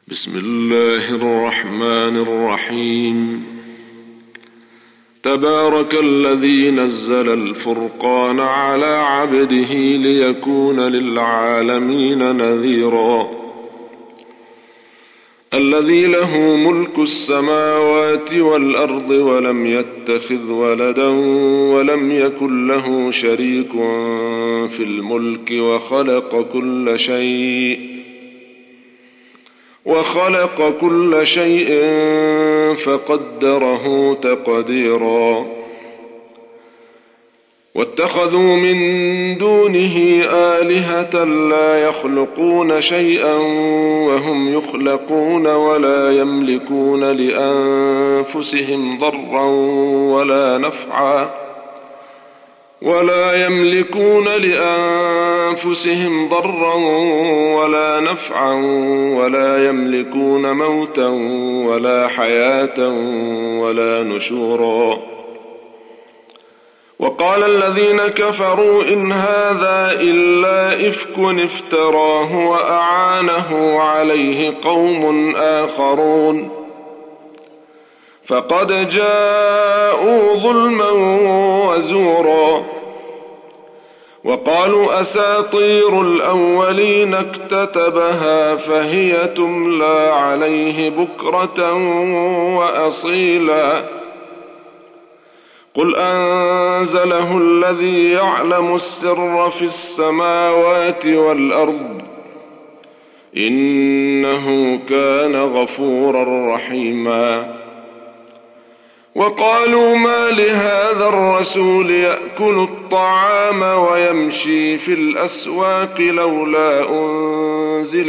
بسم الله الرحمن الرحيم. تبارك الذي نزل الفرقان على عبده ليكون للعالمين نذيرا. الذي له ملك السماوات والأرض ولم يتخذ ولدا ولم يكن له شريك في الملك وخلق كل شيء فقدره تقديرا. واتخذوا من دونه آلهة لا يخلقون شيئا وهم يخلقون ولا يملكون لأنفسهم ضرا ولا نفعا ولا يملكون موتا ولا حياة ولا نشورا. وقال الذين كفروا إن هذا إلا إفك افتراه وأعانه عليه قوم آخرون فقد جاءوا ظلما وزورا. وقالوا أساطير الأولين اكتتبها فهي تملى عليه بكرة وأصيلا. قل أنزله الذي يعلم السر في السماوات والأرض إنه كان غفورا رحيما. وقالوا ما لهذا الرسول يأكل الطعام ويمشي في الأسواق لولا أنزل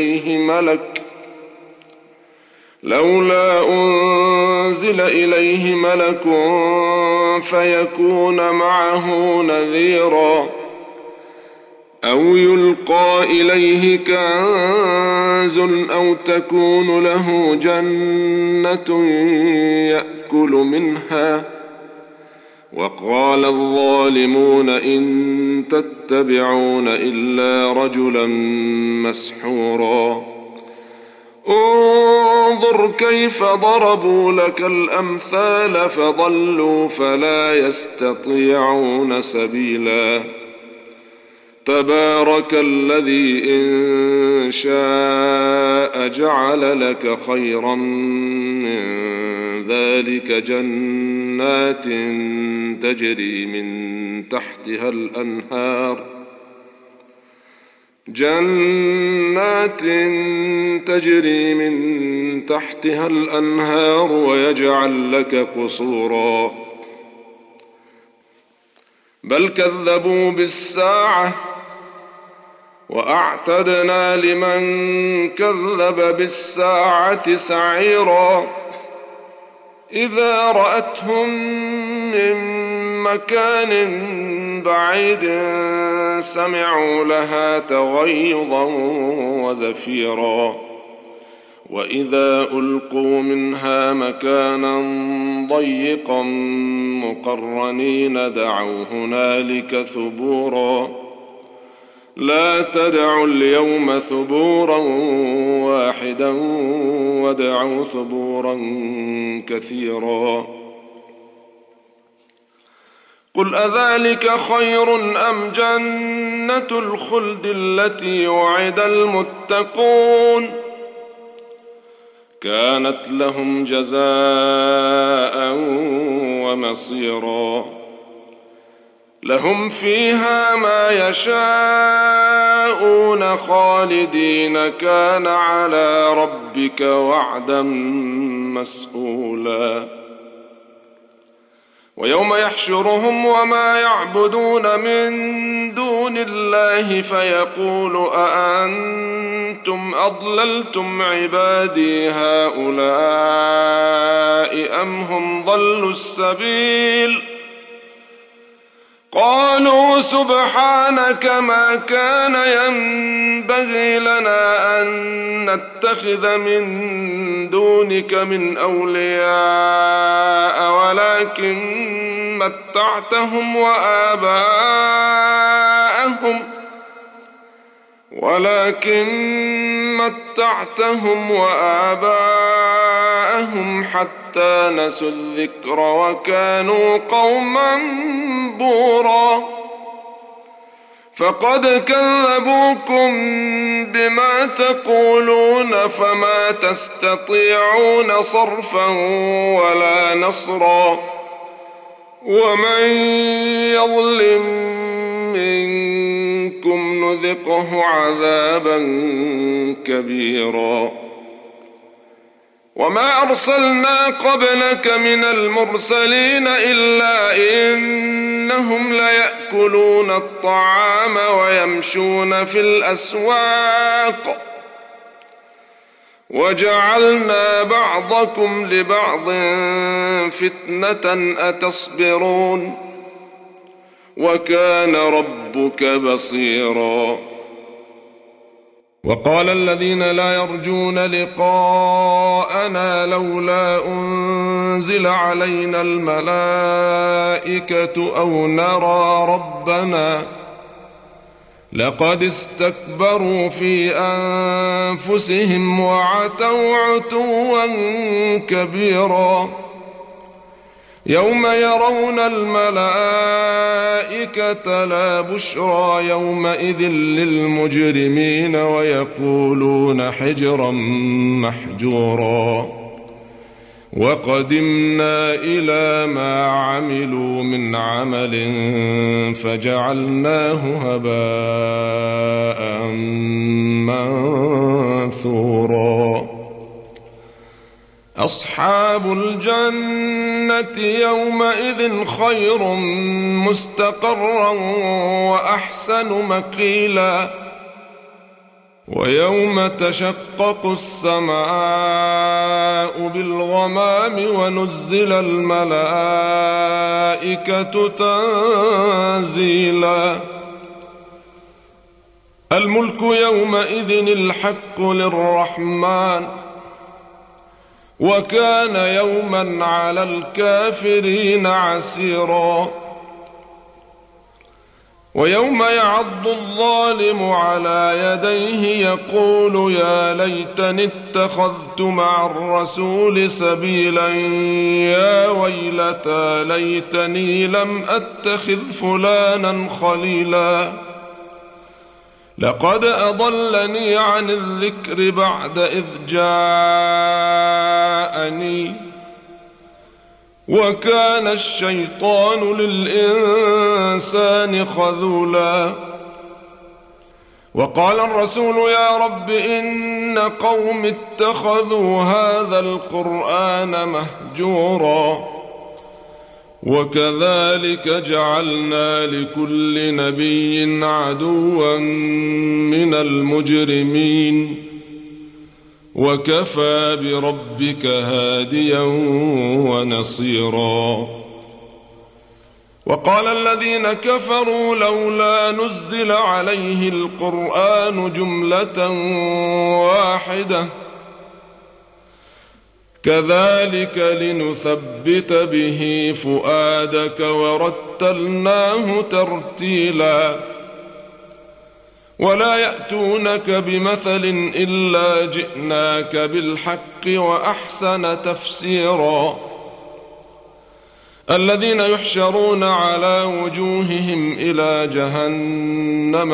إليه ملك فيكون معه نذيرا أو يلقى إليه كنز أو تكون له جنة يأكل منها. وقال الظالمون إن تتبعون إلا رجلا مسحورا. انظر كيف ضربوا لك الأمثال فضلوا فلا يستطيعون سبيلا. تبارك الذي إن شاء جعل لك خيرا من ذلك جنات تجري من تحتها الأنهار ويجعل لك قصورا. بل كذبوا بالساعة وأعتدنا لمن كذب بالساعة سعيرا. إذا رأتهم من مكان بعيد سمعوا لها تغيظا وزفيرا. وإذا ألقوا منها مكانا ضيقا مقرنين دعوا هنالك ثبورا. لا تدعوا اليوم ثبورا واحدا وادعوا ثبورا كثيرا. قل أذلك خير أم جنة الخلد التي وعد المتقون كانت لهم جزاء ومصيرا. لهم فيها ما يشاءون خالدين كان على ربك وعدا مسئولا. ويوم يحشرهم وما يعبدون من دون الله فيقول أأنتم أضللتم عبادي هؤلاء أم هم ضلوا السبيل. قالوا سبحانك ما كان ينبغي لنا أن نتخذ من دونك من أولياء ولكن متعتهم وآباءهم متعتهم وآباءهم حتى نسوا الذكر وكانوا قوما بورا فقد كذبوكم بما تقولون فما تستطيعون صرفا ولا نصرا ومن يظلم منكم نذقه عذابا كبيرا وما أرسلنا قبلك من المرسلين إلا إنهم ليأكلون الطعام ويمشون في الأسواق وجعلنا بعضكم لبعض فتنة أتصبرون وكان ربك بصيرا وقال الذين لا يرجون لقاءنا لولا أنزل علينا الملائكة أو نرى ربنا لقد استكبروا في أنفسهم وعتوا عتوا كبيرا يوم يرون الملائكة لا بشرى يومئذ للمجرمين ويقولون حجرا محجورا وقدمنا إلى ما عملوا من عمل فجعلناه هباء منثورا أصحاب الجنة يومئذ خير مستقرا وأحسن مقيلا ويوم تشقق السماء بالغمام ونزل الملائكة تنزيلا الملك يومئذ الحق للرحمن وكان يوما على الكافرين عسيرا ويوم يعض الظالم على يديه يقول يا ليتني اتخذت مع الرسول سبيلا يا ويلتى ليتني لم أتخذ فلانا خليلا لقد أضلني عن الذكر بعد إذ جاءني وكان الشيطان للإنسان خذولا وقال الرسول يا رب إن قوم اتخذوا هذا القرآن مهجورا وكذلك جعلنا لكل نبي عدوا من المجرمين وكفى بربك هاديا ونصيرا وقال الذين كفروا لولا نزل عليه القرآن جملة واحدة كذلك لنثبت به فؤادك ورتلناه ترتيلا ولا يأتونك بمثل إلا جئناك بالحق وأحسن تفسيرا الذين يحشرون على وجوههم إلى جهنم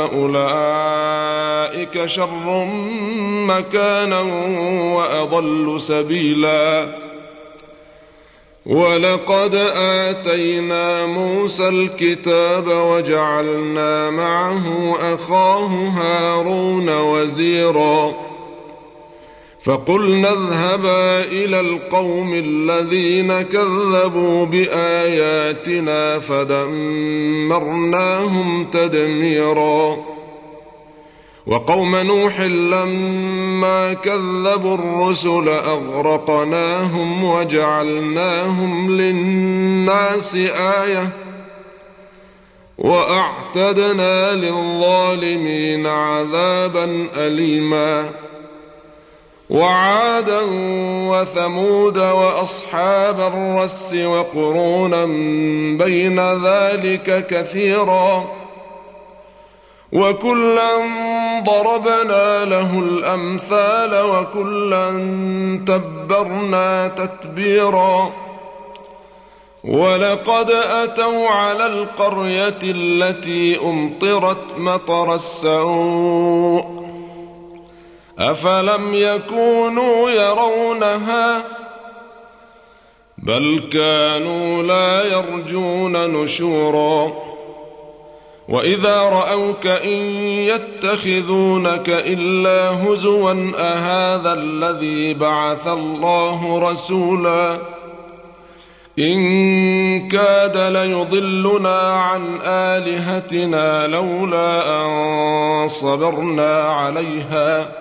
أولئك شر مكانا وأضل سبيلا ولقد آتينا موسى الكتاب وجعلنا معه أخاه هارون وزيرا فقلنا اذهبا إلى القوم الذين كذبوا بآياتنا فدمرناهم تدميرا وقوم نوح لما كذبوا الرسل أغرقناهم وجعلناهم للناس آية وأعتدنا للظالمين عذابا أليما وعادا وثمود وأصحاب الرس وقرونا بين ذلك كثيرا وكلا ضربنا له الأمثال وكلا تبرنا تتبيرا ولقد أتوا على القرية التي أمطرت مطر السوء أفلم يكونوا يرونها بل كانوا لا يرجون نشورا وإذا رأوك إن يتخذونك إلا هزوا أهذا الذي بعث الله رسولا إن كاد ليضلنا عن آلهتنا لولا أن صبرنا عليها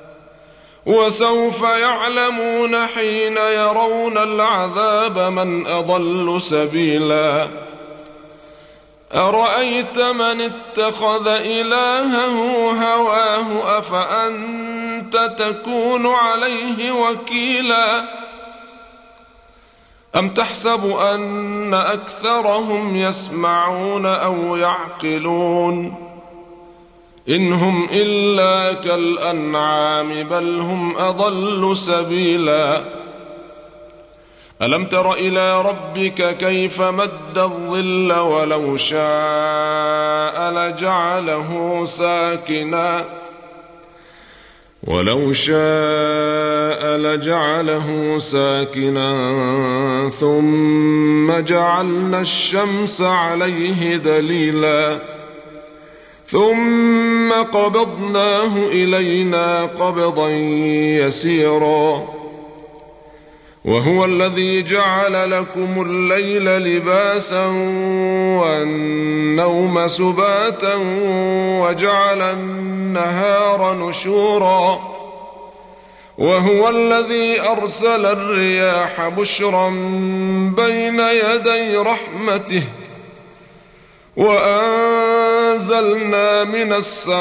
وسوف يعلمون حين يرون العذاب من أضل سبيلا أرأيت من اتخذ إلهه هواه أفأنت تكون عليه وكيلا أم تحسب أن أكثرهم يسمعون أو يعقلون إن هم إلا كالأنعام بل هم أضل سبيلا ألم تر إلى ربك كيف مد الظل ولو شاء لجعله ساكنا ثم جعلنا الشمس عليه دليلا ثم قبضناه إلينا قبضا يسيرا وهو الذي جعل لكم الليل لباسا والنوم سباتا وجعل النهار نشورا وهو الذي أرسل الرياح بشرا بين يدي رحمته وأنزلنا من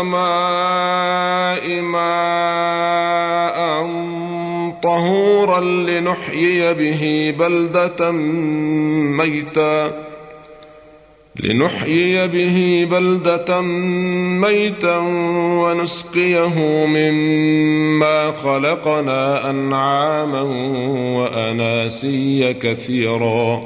السماء ماء طهورا لنحيي به بلدة ميتا ونسقيه مما خلقنا أنعاما وأناسيا كثيرا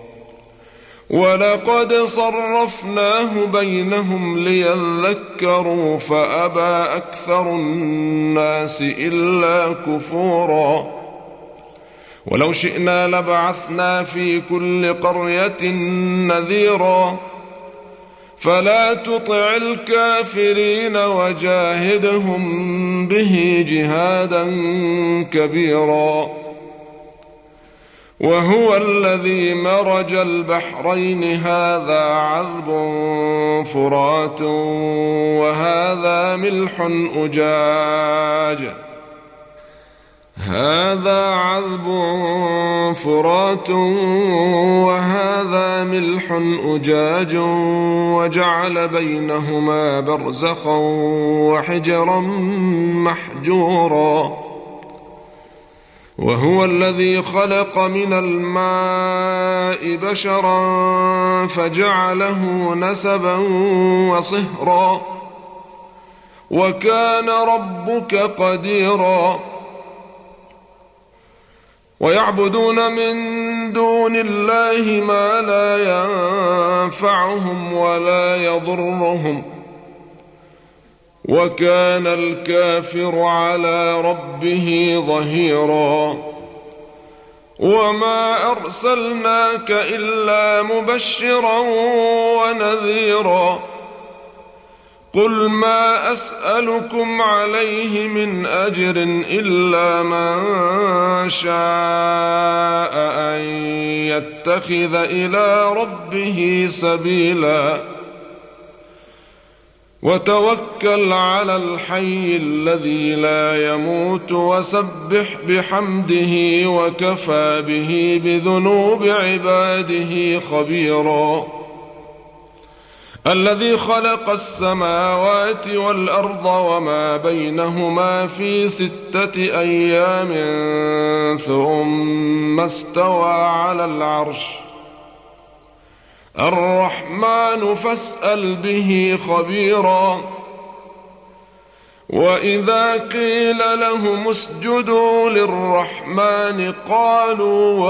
ولقد صرفناه بينهم ليذكروا فأبى أكثر الناس إلا كفورا ولو شئنا لبعثنا في كل قرية نذيرا فلا تطع الكافرين وجاهدهم به جهادا كبيرا وهو الذي مرج البحرين هذا عذب فرات وهذا ملح أجاج وجعل بينهما برزخا وحجرا محجورا وهو الذي خلق من الماء بشرا فجعله نسبا وصهرا وكان ربك قديرا ويعبدون من دون الله ما لا ينفعهم ولا يضرهم وكان الكافر على ربه ظهيرا وما أرسلناك إلا مبشرا ونذيرا قل ما أسألكم عليه من أجر إلا من شاء أن يتخذ إلى ربه سبيلا وتوكل على الحي الذي لا يموت وسبح بحمده وكفى به بذنوب عباده خبيرا الذي خلق السماوات والأرض وما بينهما في 6 أيام ثم استوى على العرش الرحمن فاسأل به خبيرا وإذا قيل لهم اسجدوا للرحمن قالوا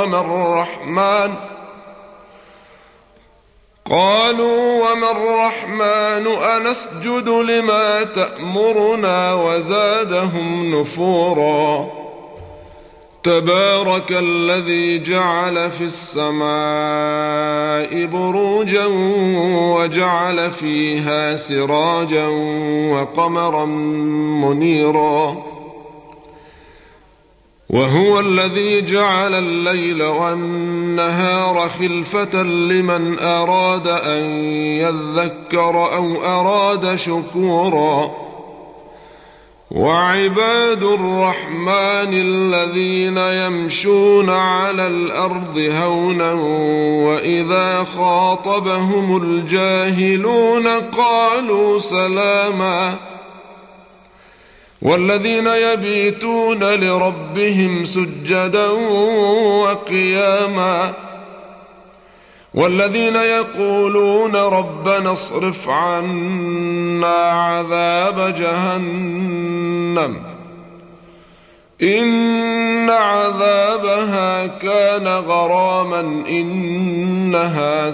وما الرحمن أنسجد لما تأمرنا وزادهم نفورا تبارك الذي جعل في السماء بروجا وجعل فيها سراجا وقمرا منيرا وهو الذي جعل الليل والنهار خلفة لمن أراد أن يذكر أو أراد شكورا وعباد الرحمن الذين يمشون على الأرض هونا وإذا خاطبهم الجاهلون قالوا سلاما والذين يبيتون لربهم سجدا وقياما والذين يقولون ربنا اصرف عنا عذاب جهنم إن عذابها كان غراما إنها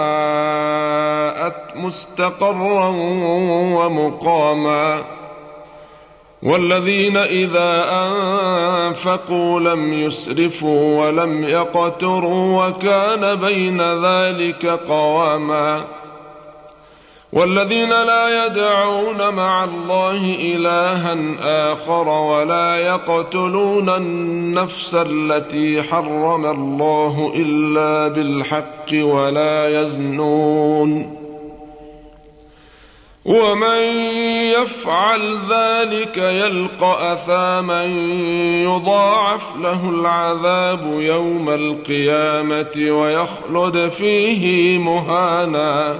ساءت مستقرا ومقاما والذين إذا أنفقوا لم يسرفوا ولم يقتروا وكان بين ذلك قواما والذين لا يدعون مع الله إلها آخر ولا يقتلون النفس التي حرم الله إلا بالحق ولا يزنون ومن يفعل ذلك يلقى أثاما يضاعف له العذاب يوم القيامة ويخلد فيه مهانا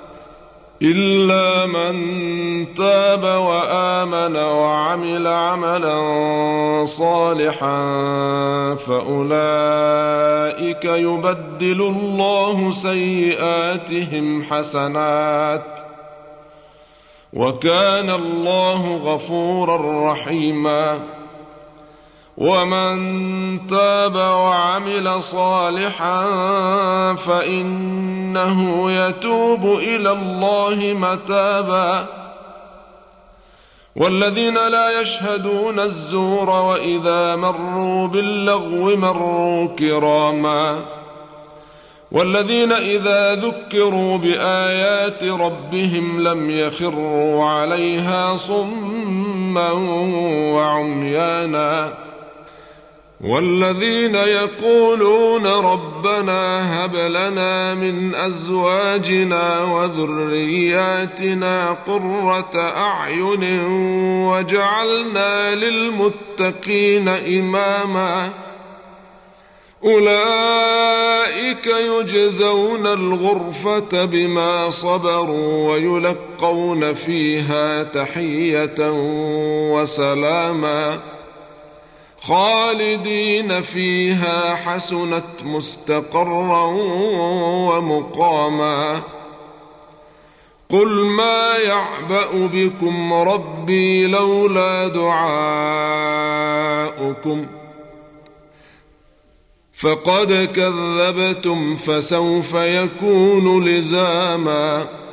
إلا من تاب وآمن وعمل عملا صالحا فأولئك يبدل الله سيئاتهم حسنات وكان الله غفورا رحيما ومن تاب وعمل صالحا فإنه يتوب إلى الله متابا والذين لا يشهدون الزور وإذا مروا باللغو مروا كراما والذين إذا ذكروا بآيات ربهم لم يخروا عليها صما وعميانا والذين يقولون ربنا هب لنا من أزواجنا وذرياتنا قرة أعين وجعلنا للمتقين إماما أولئك يجزون الغرفة بما صبروا ويلقون فيها تحية وسلاما خالدين فيها حسنت مستقرا ومقاما قل ما يعبأ بكم ربي لولا دعاؤكم فقد كذبتم فسوف يكون لزاما